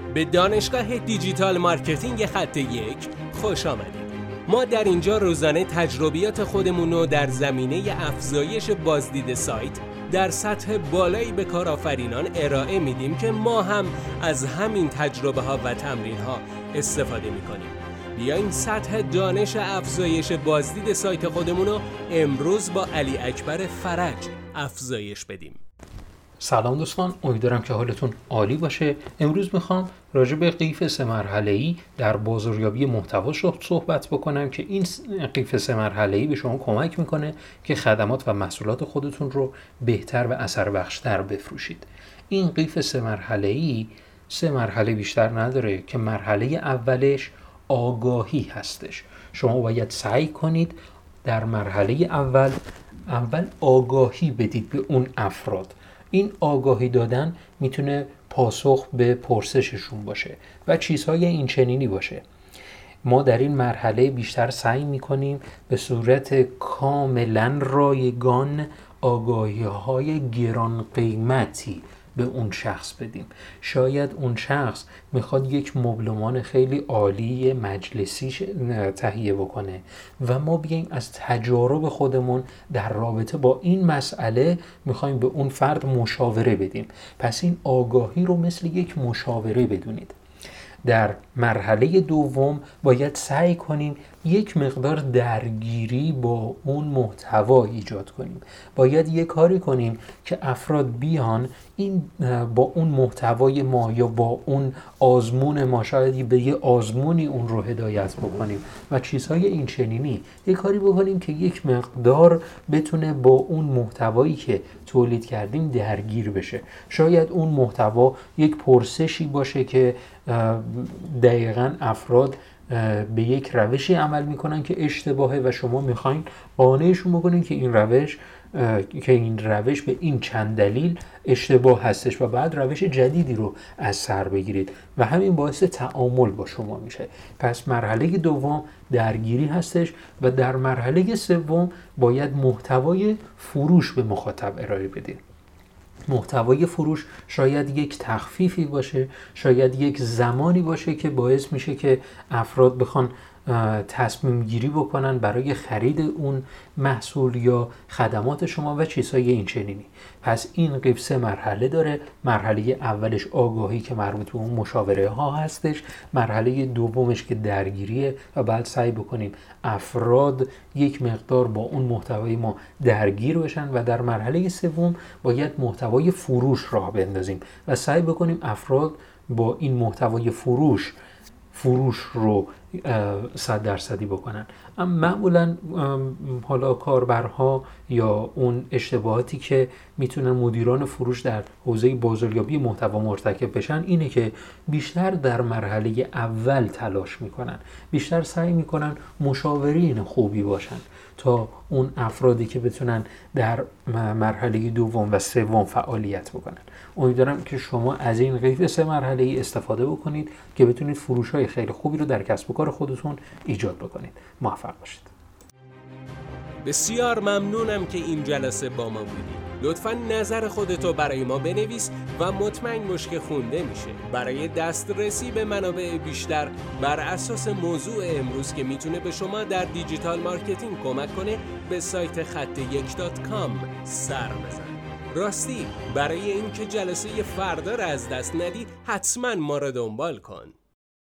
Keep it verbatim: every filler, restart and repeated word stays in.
به دانشگاه دیجیتال مارکتینگ خط یک خوش آمدید. ما در اینجا روزانه تجربیات خودمون رو در زمینه افزایش بازدید سایت در سطح بالایی به کارآفرینان ارائه میدیم که ما هم از همین تجربه ها و تمرین ها استفاده میکنیم. بیاین سطح دانش افزایش بازدید سایت خودمون رو امروز با علی اکبر فرج افزایش بدیم. سلام دوستان، امیدوارم که حالتون عالی باشه. امروز میخوام راجع به قیف سه مرحله‌ای در بازاریابی محتوا صحبت بکنم که این قیف سه مرحله‌ای به شما کمک میکنه که خدمات و محصولات خودتون رو بهتر و اثر بخشتر بفروشید. این قیف سه مرحله‌ای سه مرحله بیشتر نداره که مرحله اولش آگاهی هستش. شما باید سعی کنید در مرحله اول اول آگاهی بدید به اون افراد. این آگاهی دادن میتونه پاسخ به پرسششون باشه و چیزهای این چنینی باشه. ما در این مرحله بیشتر سعی میکنیم به صورت کاملا رایگان آگاهی های گران قیمتی به اون شخص بدیم. شاید اون شخص میخواد یک مبلمان خیلی عالی مجلسی تهیه بکنه و ما بیایم از تجارب خودمون در رابطه با این مسئله میخوایم به اون فرد مشاوره بدیم. پس این آگاهی رو مثل یک مشاوره بدونید. در مرحله دوم باید سعی کنیم یک مقدار درگیری با اون محتوا ایجاد کنیم. باید یک کاری کنیم که افراد بیان این با اون محتوای ما یا با اون آزمون ما، شاید به یه آزمونی اون رو هدایت بکنیم و چیزهای این چنینی. یک کاری بکنیم که یک مقدار بتونه با اون محتوایی که تولید کردیم درگیر بشه. شاید اون محتوا یک پرسشی باشه که دقیقاً افراد به یک روشی عمل میکنن که اشتباهه و شما میخواین قانعشون بکنین که این روش که این روش به این چند دلیل اشتباه هستش و بعد روش جدیدی رو از سر بگیرید و همین باعث تعامل با شما میشه. پس مرحله دوم درگیری هستش و در مرحله سوم باید محتوای فروش به مخاطب ارائه بدید. محتوای فروش شاید یک تخفیفی باشه، شاید یک زمانی باشه که باعث میشه که افراد بخوان تصمیم گیری بکنن برای خرید اون محصول یا خدمات شما و چیزهای این چنینی. پس این قیف سه مرحله داره. مرحله اولش آگاهی که مربوط به اون مشاوره ها هستش، مرحله دومش که درگیریه و بعد سعی بکنیم افراد یک مقدار با اون محتوای ما درگیر بشن و در مرحله سوم باید محتوای فروش راه بندازیم و سعی بکنیم افراد با این محتوای فروش فروش رو صد درصدی بکنن. اما معمولا حالا کاربرها یا اون اشتباهاتی که میتونن مدیران فروش در حوزه بازاریابی محتوا مرتکب بشن اینه که بیشتر در مرحله اول تلاش میکنن، بیشتر سعی میکنن مشاورین خوبی باشن تا اون افرادی که بتونن در مرحله دوم و سوم فعالیت بکنن. امیدوارم که شما از این قیف سه مرحله ای استفاده بکنید که بتونید فروش‌های خیلی خوبی رو در کسب و کار خودتون ایجاد بکنید. موفق باشید. بسیار ممنونم که این جلسه با ما بودید. لطفاً نظر خودتو برای ما بنویس و مطمئن باش که خونده میشه. برای دسترسی به منابع بیشتر بر اساس موضوع امروز که میتونه به شما در دیجیتال مارکتینگ کمک کنه به سایت خط یک دات کام سر بزن. راستی برای اینکه جلسه فردا رو از دست ندی حتما ما رو دنبال کن.